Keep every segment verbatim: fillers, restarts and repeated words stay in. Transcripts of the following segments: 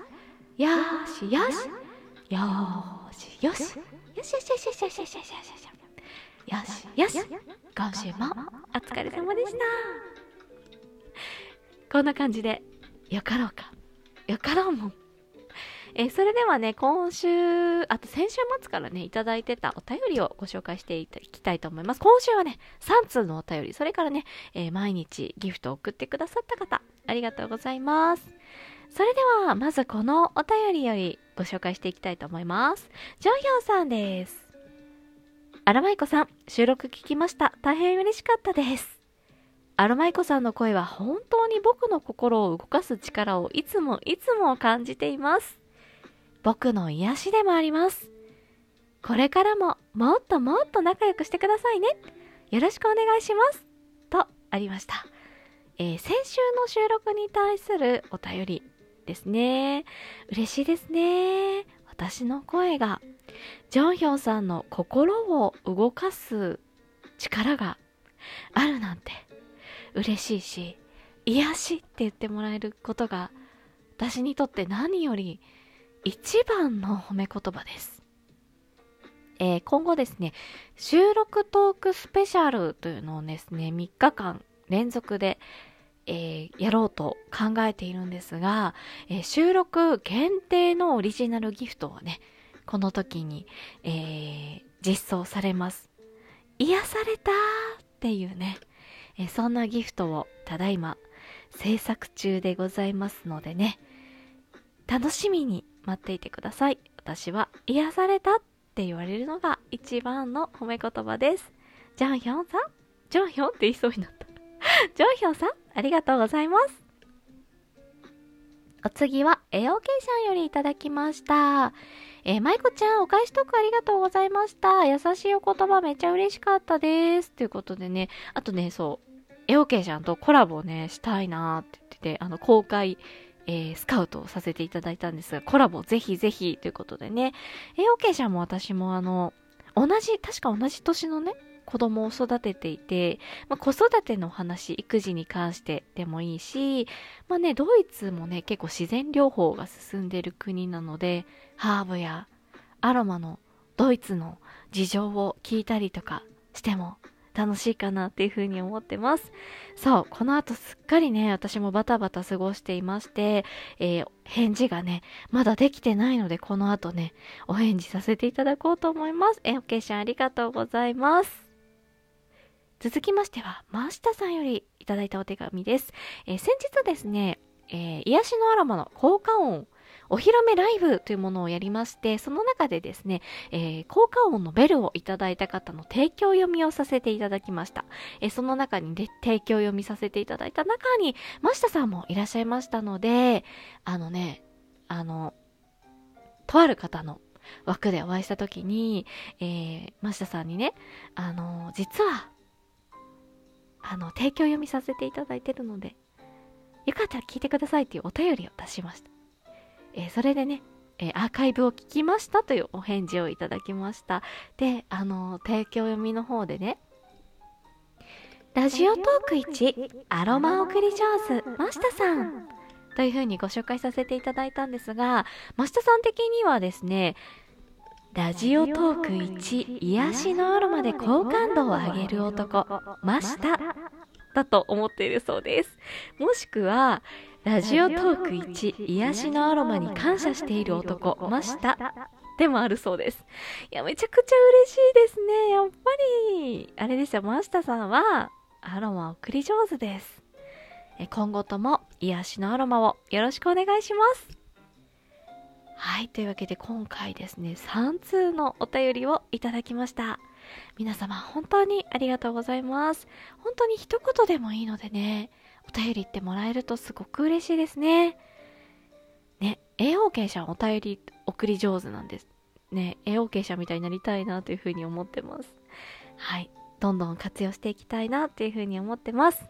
よしよしよしよしよしよしよしよしよしよしよしよしよしよしよし、今週もお疲れ様でした。こんな感じでよかろうかよかろうもん。えー、それではね、今週、あと先週末からね、いただいてたお便りをご紹介していきたいと思います。今週はね、さん通のお便り、それからね、えー、毎日ギフトを送ってくださった方、ありがとうございます。それでは、まずこのお便りよりご紹介していきたいと思います。ジョンヒョンさんです。アロマイコさん、収録聞きました。大変嬉しかったです。アロマイコさんの声は本当に僕の心を動かす力をいつもいつも感じています。僕の癒しでもあります。これからももっともっと仲良くしてくださいね。よろしくお願いします。とありました。えー、先週の収録に対するお便りですね。嬉しいですね。私の声がジョンヒョンさんの心を動かす力があるなんて嬉しいし、癒しって言ってもらえることが私にとって何より一番の褒め言葉です。えー、今後ですね、収録トークスペシャルというのをですね、みっかかん連続で、えー、やろうと考えているんですが、えー、収録限定のオリジナルギフトはね、この時に、えー、実装されます。 癒されたっていうね、えそんなギフトをただいま制作中でございますのでね、楽しみに待っていてください。私は癒されたって言われるのが一番の褒め言葉です。ジョンヒョンさん、ジョンヒョンって言いそうになったジョンヒョンさん、ありがとうございます。お次は エーオーケー さんよりいただきました。えー、まいこちゃん、お返しトークありがとうございました。優しいお言葉めっちゃ嬉しかったです。ということでね、あとね、そう、エーオーケー ちゃんとコラボをね、したいなーって言ってて、あの、公開、えー、スカウトをさせていただいたんですが、コラボぜひぜひということでね、エーオーケー ちゃんも私もあの、同じ、確か同じ年のね、子供を育てていて、まあ、子育ての話、育児に関してでもいいし、まあね、ドイツもね、結構自然療法が進んでいる国なので、ハーブやアロマのドイツの事情を聞いたりとかしても楽しいかなっていうふうに思ってます。そう、この後すっかりね、私もバタバタ過ごしていまして、えー、返事がね、まだできてないので、この後ね、お返事させていただこうと思います。えー、オッケーさんありがとうございます。続きましては、マシタさんよりいただいたお手紙です。えー、先日ですね、えー、癒しのアロマの効果音お披露目ライブというものをやりまして、その中でですね、えー、効果音のベルをいただいた方の提供読みをさせていただきました。えー、その中に、ね、提供読みさせていただいた中に、マシタさんもいらっしゃいましたので、あのね、あの、とある方の枠でお会いしたときに、えー、マシタさんにね、あの、実は、あの、提供読みさせていただいてるので、よかったら聞いてくださいっていうお便りを出しました。えー、それでね、えー、アーカイブを聞きましたというお返事をいただきました。で、あの、提供読みの方でね、ラジオトークいち、アロマ送り上手、マシタさんというふうにご紹介させていただいたんですが、マシタさん的にはですね、ラジオトークいち、癒しのアロマで好感度を上げる男、マシタだと思っているそうです。もしくは、ラジオトークいち、癒しのアロマに感謝している男、マシタでもあるそうです。いや、めちゃくちゃ嬉しいですね。やっぱり、あれですよ、マシタさんは、アロマ送り上手です。今後とも癒しのアロマをよろしくお願いします。はい、というわけで今回ですね、さん通のお便りをいただきました。皆様本当にありがとうございます。本当に一言でもいいのでね、お便り言ってもらえるとすごく嬉しいですね。ね、エーオーケー 社お便り送り上手なんです。ね、エーオーケー 社みたいになりたいなというふうに思ってます。はい、どんどん活用していきたいなというふうに思ってます。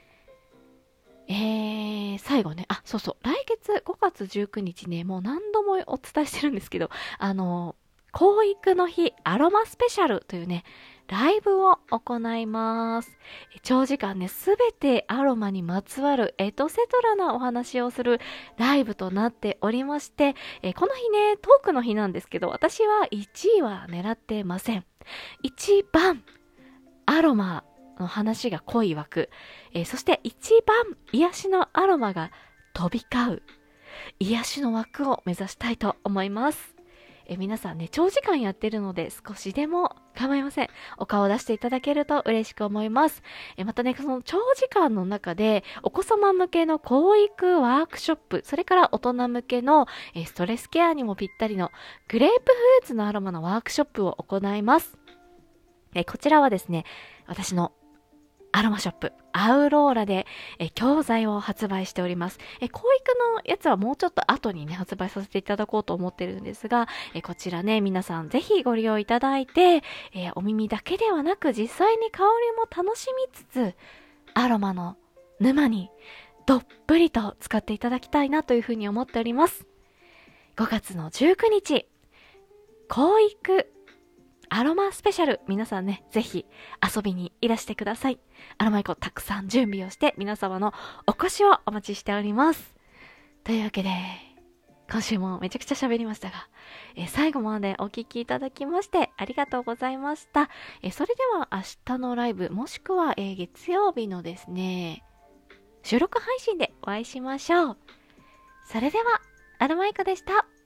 えー、最後ね、あ、そうそう、来月ごがつじゅうくにちね、もう何度もお伝えしてるんですけど、あの、教育の日アロマスペシャルというね、ライブを行います。長時間ね、すべてアロマにまつわるエトセトラなお話をするライブとなっておりまして、えこの日ね、トークの日なんですけど、私はいちいは狙ってません。一番アロマの話が濃い枠、えー、そして一番癒しのアロマが飛び交う癒しの枠を目指したいと思います。えー、皆さんね、長時間やってるので少しでも構いません。お顔を出していただけると嬉しく思います。えー、またね、その長時間の中でお子様向けの教育ワークショップ、それから大人向けの、えー、ストレスケアにもぴったりのグレープフルーツのアロマのワークショップを行います。えー、こちらはですね、私のアロマショップ、アウローラでえ教材を発売しております。え教育のやつはもうちょっと後にね、発売させていただこうと思ってるんですが、えこちらね、皆さんぜひご利用いただいて、えお耳だけではなく実際に香りも楽しみつつ、アロマの沼にどっぷりと使っていただきたいなというふうに思っております。ごがつのじゅうくにち、教育アロマスペシャル、皆さんね、ぜひ遊びにいらしてください。アロマイコたくさん準備をして皆様のお越しをお待ちしております。というわけで、今週もめちゃくちゃ喋りましたが、えー、最後までお聞きいただきましてありがとうございました。えー、それでは明日のライブ、もしくは、えー、月曜日のですね、収録配信でお会いしましょう。それでは、アロマイコでした。